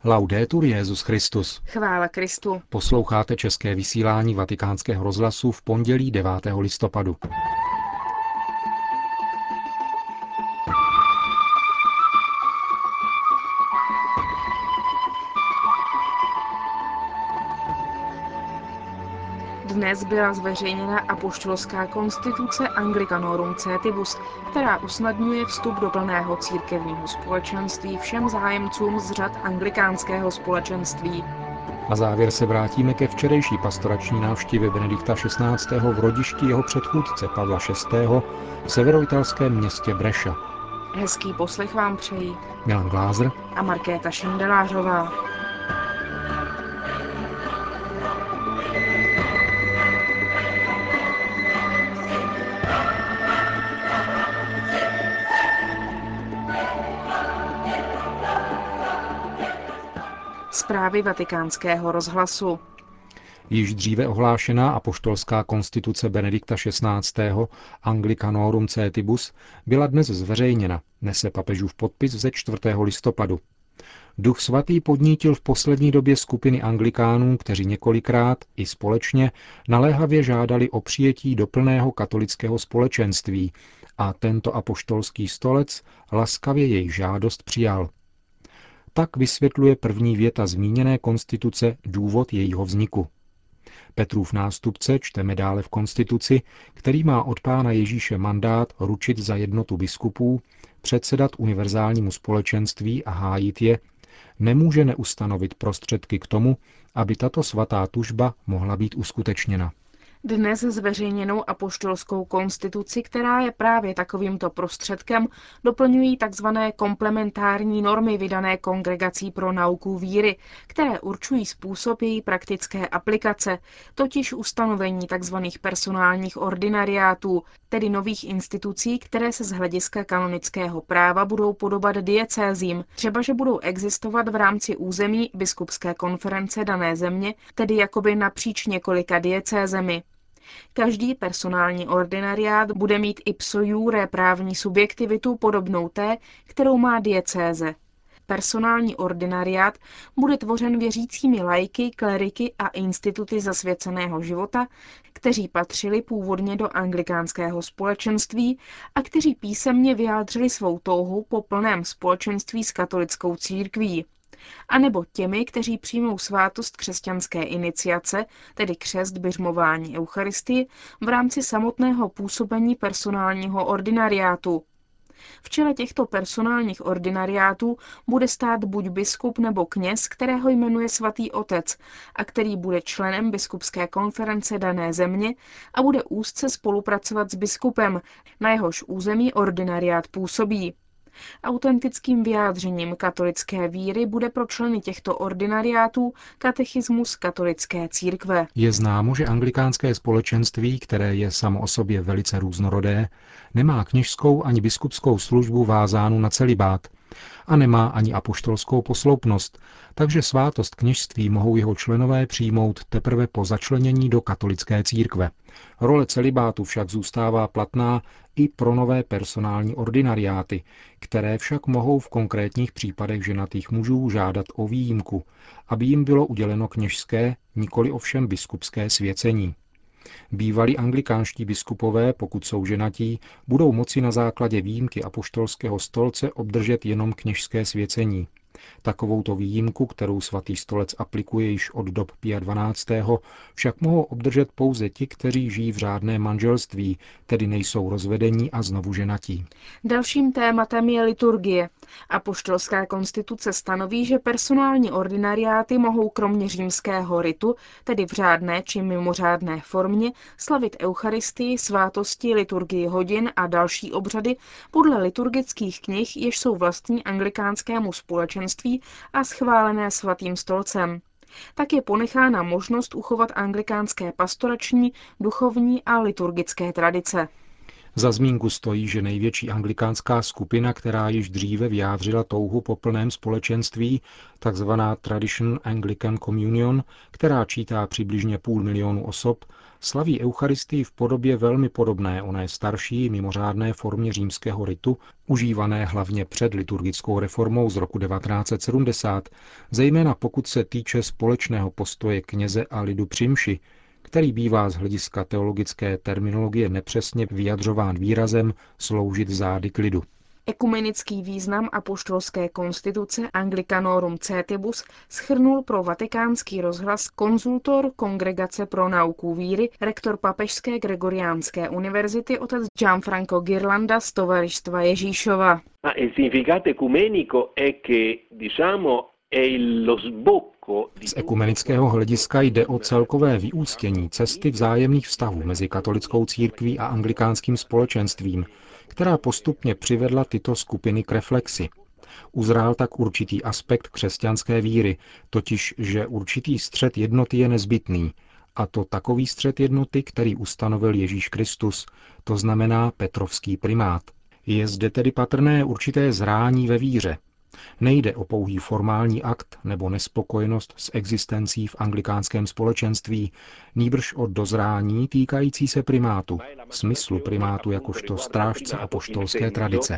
Laudetur Jesus Christus. Chvála Kristu. Posloucháte české vysílání Vatikánského rozhlasu v pondělí 9. listopadu. Dnes byla zveřejněna apoštolská konstituce Anglicanorum Coetibus, která usnadňuje vstup do plného církevního společenství všem zájemcům z řad anglikánského společenství. Na závěr se vrátíme ke včerejší pastorační návštěvě Benedikta XVI. V rodišti jeho předchůdce Pavla VI. V severoitalském městě Brescia. Hezký poslech vám přejí Milan Glázer a Markéta Šindelářová. Zprávy Vatikánského rozhlasu. Již dříve ohlášená apoštolská konstituce Benedikta XVI. Anglicanorum Coetibus byla dnes zveřejněna, nese papežův podpis ze 4. listopadu. Duch svatý podnítil v poslední době skupiny anglikánů, kteří několikrát i společně naléhavě žádali o přijetí do plného katolického společenství a tento apoštolský stolec laskavě jejich žádost přijal. Tak vysvětluje první věta zmíněné konstituce důvod jejího vzniku. Petrův nástupce, čteme dále v konstituci, který má od Pána Ježíše mandát ručit za jednotu biskupů, předsedat univerzálnímu společenství a hájit je, nemůže neustanovit prostředky k tomu, aby tato svatá tužba mohla být uskutečněna. Dnes zveřejněnou apoštolskou konstituci, která je právě takovýmto prostředkem, doplňují tzv. Komplementární normy vydané Kongregací pro nauku víry, které určují způsob její praktické aplikace, totiž ustanovení tzv. Personálních ordinariátů, tedy nových institucí, které se z hlediska kanonického práva budou podobat diecézím, třeba že budou existovat v rámci území biskupské konference dané země, tedy jakoby napříč několika diecézemi. Každý personální ordinariát bude mít ipso iure právní subjektivitu podobnou té, kterou má diecéze. Personální ordinariát bude tvořen věřícími laiky, kleriky a instituty zasvěceného života, kteří patřili původně do anglikánského společenství a kteří písemně vyjádřili svou touhu po plném společenství s katolickou církví. A nebo těmi, kteří přijmou svátost křesťanské iniciace, tedy křest, biřmování, eucharistii, v rámci samotného působení personálního ordinariátu. V čele těchto personálních ordinariátů bude stát buď biskup nebo kněz, kterého jmenuje svatý otec a který bude členem biskupské konference dané země a bude úzce spolupracovat s biskupem, na jehož území ordinariát působí. Autentickým vyjádřením katolické víry bude pro členy těchto ordinariátů katechismus katolické církve. Je známo, že anglikánské společenství, které je samo o sobě velice různorodé, nemá kněžskou ani biskupskou službu vázánu na celibát a nemá ani apoštolskou posloupnost, takže svátost kněžství mohou jeho členové přijmout teprve po začlenění do katolické církve. Role celibátu však zůstává platná i pro nové personální ordinariáty, které však mohou v konkrétních případech ženatých mužů žádat o výjimku, aby jim bylo uděleno kněžské, nikoli ovšem biskupské svěcení. Bývalí anglikánští biskupové, pokud jsou ženatí, budou moci na základě výjimky apoštolského stolce obdržet jenom kněžské svěcení. Takovouto výjimku, kterou svatý stolec aplikuje již od dob Pia XII., však mohou obdržet pouze ti, kteří žijí v řádném manželství, tedy nejsou rozvedení a znovu ženatí. Dalším tématem je liturgie. Apoštolská konstituce stanoví, že personální ordinariáty mohou kromě římského ritu, tedy v řádné či mimořádné formě, slavit eucharistii, svátosti, liturgii hodin a další obřady podle liturgických knih, jež jsou vlastní anglikánskému společenství a schválené svatým stolcem. Tak je ponechána možnost uchovat anglikánské pastorační, duchovní a liturgické tradice. Za zmínku stojí, že největší anglikánská skupina, která již dříve vyjádřila touhu po plném společenství, takzvaná Traditional Anglican Communion, která čítá přibližně 500 000 osob, slaví eucharistii v podobě velmi podobné oné starší mimořádné formě římského ritu, užívané hlavně před liturgickou reformou z roku 1970, zejména pokud se týče společného postoje kněze a lidu při mši, který bývá z hlediska teologické terminologie nepřesně vyjadřován výrazem sloužit zády k lidu. Ekumenický význam apoštolské konstituce Anglicanorum Cetibus shrnul pro Vatikánský rozhlas konzultor Kongregace pro nauku víry, rektor Papežské Gregoriánské univerzity otec Gianfranco Ghirlanda z Tovaristva Ježíšova. Z ekumenického hlediska jde o celkové vyústění cesty vzájemných vztahů mezi katolickou církví a anglikánským společenstvím, která postupně přivedla tyto skupiny k reflexi. Uzrál tak určitý aspekt křesťanské víry, totiž, že určitý střet jednoty je nezbytný, a to takový střet jednoty, který ustanovil Ježíš Kristus, to znamená Petrovský primát. Je zde tedy patrné určité zrání ve víře. Nejde o pouhý formální akt nebo nespokojenost s existencí v anglikánském společenství, nýbrž o dozrání týkající se primátu, smyslu primátu jakožto strážce apoštolské tradice.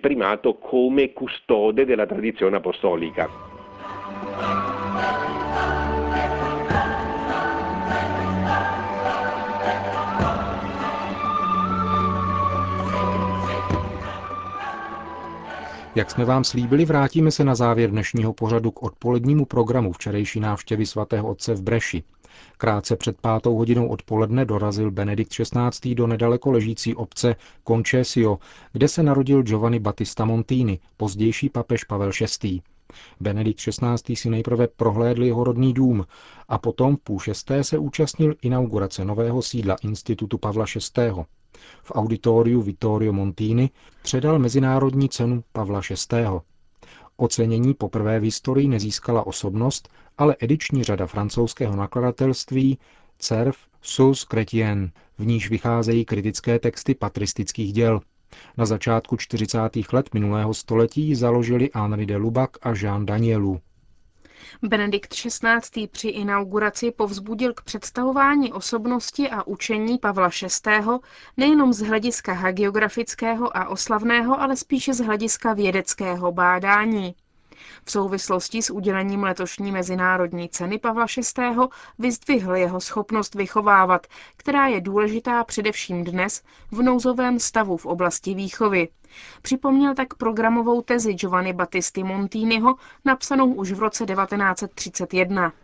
Jak jsme vám slíbili, vrátíme se na závěr dnešního pořadu k odpolednímu programu včerejší návštěvy svatého otce v Breši. Krátce před 5:00 odpoledne dorazil Benedikt XVI. Do nedaleko ležící obce Concesio, kde se narodil Giovanni Battista Montini, pozdější papež Pavel VI. Benedikt XVI. Si nejprve prohlédl jeho rodný dům a potom v 5:30 se účastnil inaugurace nového sídla Institutu Pavla VI. V auditoriu Vittorio Montini předal mezinárodní cenu Pavla VI. Ocenění poprvé v historii nezískala osobnost, ale ediční řada francouzského nakladatelství Cerf Sus Chrétien, v níž vycházejí kritické texty patristických děl. Na začátku 40. let minulého století ji založili Henri de Lubac a Jean Danielou. Benedikt XVI. Při inauguraci povzbudil k představování osobnosti a učení Pavla VI. Nejenom z hlediska hagiografického a oslavného, ale spíše z hlediska vědeckého bádání. V souvislosti s udělením letošní mezinárodní ceny Pavla VI. Vyzdvihl jeho schopnost vychovávat, která je důležitá především dnes v nouzovém stavu v oblasti výchovy. Připomněl tak programovou tezi Giovanni Battisty Montiniho, napsanou už v roce 1931.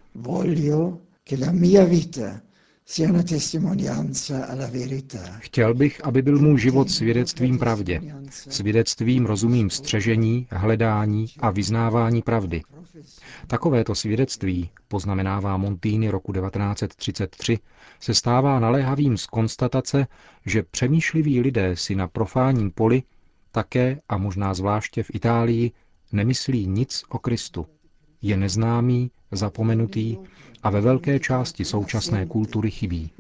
Chtěl bych, aby byl můj život svědectvím pravdě, svědectvím rozumím střežení, hledání a vyznávání pravdy. Takovéto svědectví, poznamenává Montini roku 1933, se stává naléhavým z konstatace, že přemýšliví lidé si na profánním poli také a možná zvláště v Itálii nemyslí nic o Kristu. Je neznámý, zapomenutý a ve velké části současné kultury chybí.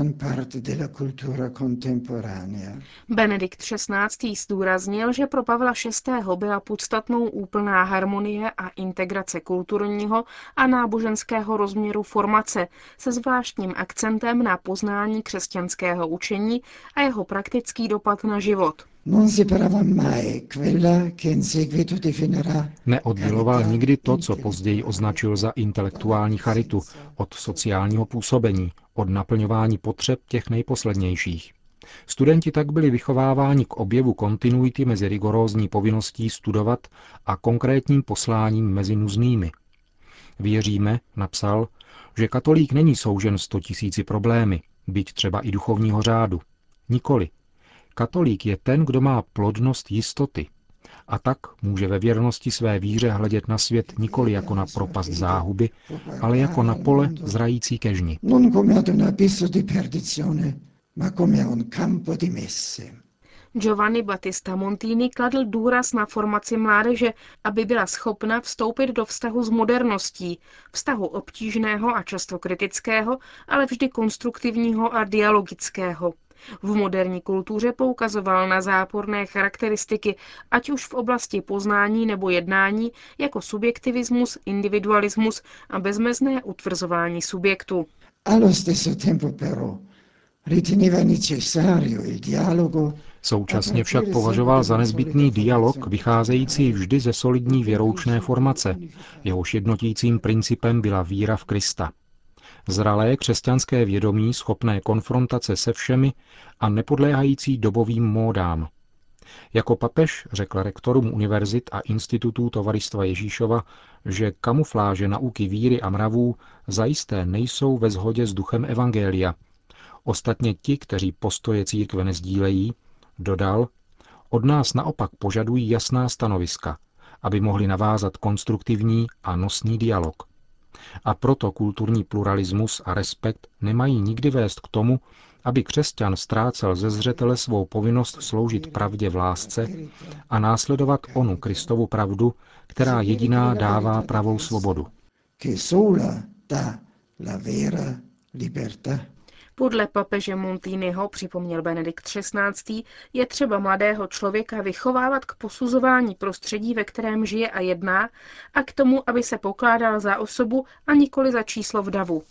Benedikt XVI. Zdůraznil, že pro Pavla VI. Byla podstatnou úplná harmonie a integrace kulturního a náboženského rozměru formace se zvláštním akcentem na poznání křesťanského učení a jeho praktický dopad na život. Neodděloval nikdy to, co později označil za intelektuální charitu, od sociálního působení, od naplňování potřeb těch nejposlednějších. Studenti tak byli vychováváni k objevu kontinuity mezi rigorózní povinností studovat a konkrétním posláním mezi nuznými. Věříme, napsal, že katolík není soužen 100 000 problémy, byť třeba i duchovního řádu. Nikoli. Katolík je ten, kdo má plodnost jistoty. A tak může ve věrnosti své víře hledět na svět nikoli jako na propast záhuby, ale jako na pole zrající ke žni. Giovanni Battista Montini kladl důraz na formaci mládeže, aby byla schopna vstoupit do vztahu s moderností, vztahu obtížného a často kritického, ale vždy konstruktivního a dialogického. V moderní kultuře poukazoval na záporné charakteristiky, ať už v oblasti poznání nebo jednání, jako subjektivismus, individualismus a bezmezné utvrzování subjektu. Allo stesso tempo però riteneva necessario il dialogo. Současně však považoval za nezbytný dialog vycházející vždy ze solidní věroučné formace, jehož jednotícím principem byla víra v Krista. Zralé křesťanské vědomí schopné konfrontace se všemi a nepodléhající dobovým módám. Jako papež řekl rektorům univerzit a institutů Tovaristva Ježíšova, že kamufláže nauky víry a mravů zajisté nejsou ve shodě s duchem evangelia. Ostatně ti, kteří postoje církve nezdílejí, dodal, od nás naopak požadují jasná stanoviska, aby mohli navázat konstruktivní a nosný dialog. A proto kulturní pluralismus a respekt nemají nikdy vést k tomu, aby křesťan ztrácel ze zřetele svou povinnost sloužit pravdě v lásce a následovat onu Kristovu pravdu, která jediná dává pravou svobodu. Podle papeže Montiniho, připomněl Benedikt XVI., je třeba mladého člověka vychovávat k posuzování prostředí, ve kterém žije a jedná, a k tomu, aby se pokládal za osobu a nikoli za číslo v davu.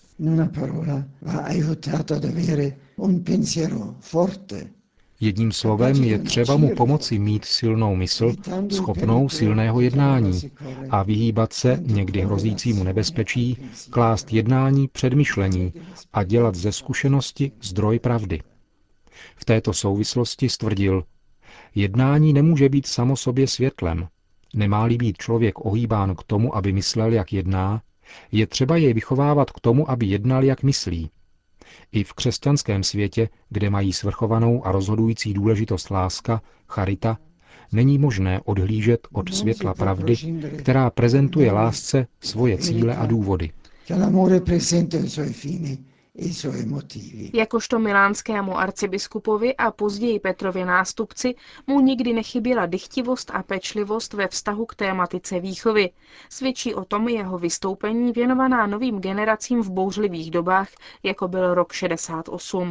Jedním slovem je třeba mu pomoci mít silnou mysl, schopnou silného jednání a vyhýbat se někdy hrozícímu nebezpečí, klást jednání před myšlení a dělat ze zkušenosti zdroj pravdy. V této souvislosti stvrdil, jednání nemůže být samo sobě světlem. Nemá-li být člověk ohýbán k tomu, aby myslel, jak jedná, je třeba jej vychovávat k tomu, aby jednal, jak myslí. I v křesťanském světě, kde mají svrchovanou a rozhodující důležitost láska, charita, není možné odhlížet od světla pravdy, která prezentuje lásce svoje cíle a důvody. Jakožto milánskému arcibiskupovi a později Petrově nástupci mu nikdy nechyběla dychtivost a pečlivost ve vztahu k tématice výchovy. Svědčí o tom jeho vystoupení věnovaná novým generacím v bouřlivých dobách, jako byl rok 68.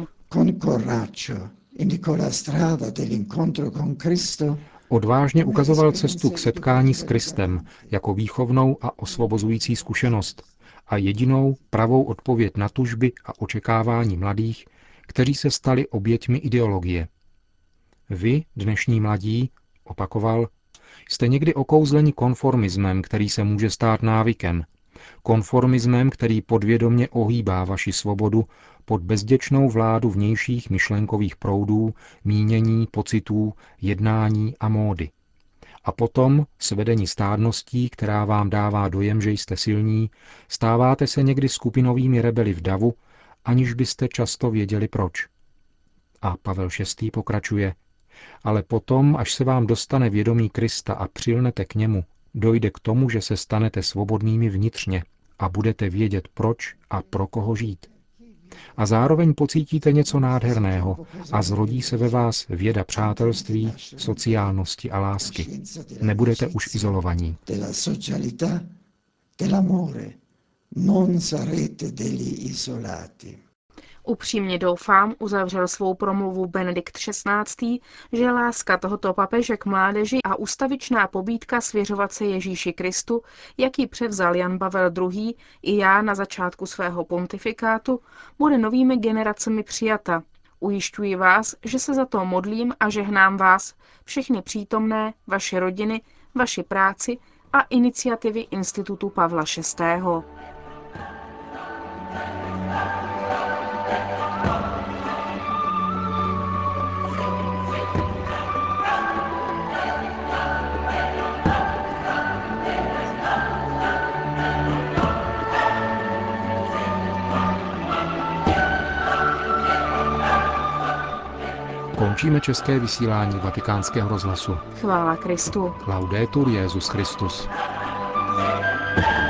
Odvážně ukazoval cestu k setkání s Kristem jako výchovnou a osvobozující zkušenost a jedinou pravou odpověď na tužby a očekávání mladých, kteří se stali oběťmi ideologie. Vy, dnešní mladí, opakoval, jste někdy okouzleni konformismem, který se může stát návykem. Konformismem, který podvědomě ohýbá vaši svobodu pod bezděčnou vládu vnějších myšlenkových proudů, mínění, pocitů, jednání a módy. A potom, svedení stádností, která vám dává dojem, že jste silní, stáváte se někdy skupinovými rebeli v davu, aniž byste často věděli proč. A Pavel VI. Pokračuje, ale potom, až se vám dostane vědomí Krista a přilnete k němu, dojde k tomu, že se stanete svobodnými vnitřně a budete vědět proč a pro koho žít. A zároveň pocítíte něco nádherného a zrodí se ve vás věda přátelství, sociálnosti a lásky. Nebudete už izolovaní. Upřímně doufám, uzavřel svou promluvu Benedikt XVI., že láska tohoto papeže k mládeži a ustavičná pobídka svěřovat se Ježíši Kristu, jak ji převzal Jan Pavel II. I já na začátku svého pontifikátu, bude novými generacemi přijata. Ujišťuji vás, že se za to modlím a žehnám vás, všechny přítomné, vaše rodiny, vaši práci a iniciativy Institutu Pavla VI. Končíme české vysílání Vatikánského rozhlasu. Chvála Kristu. Laudetur Jesus Christus.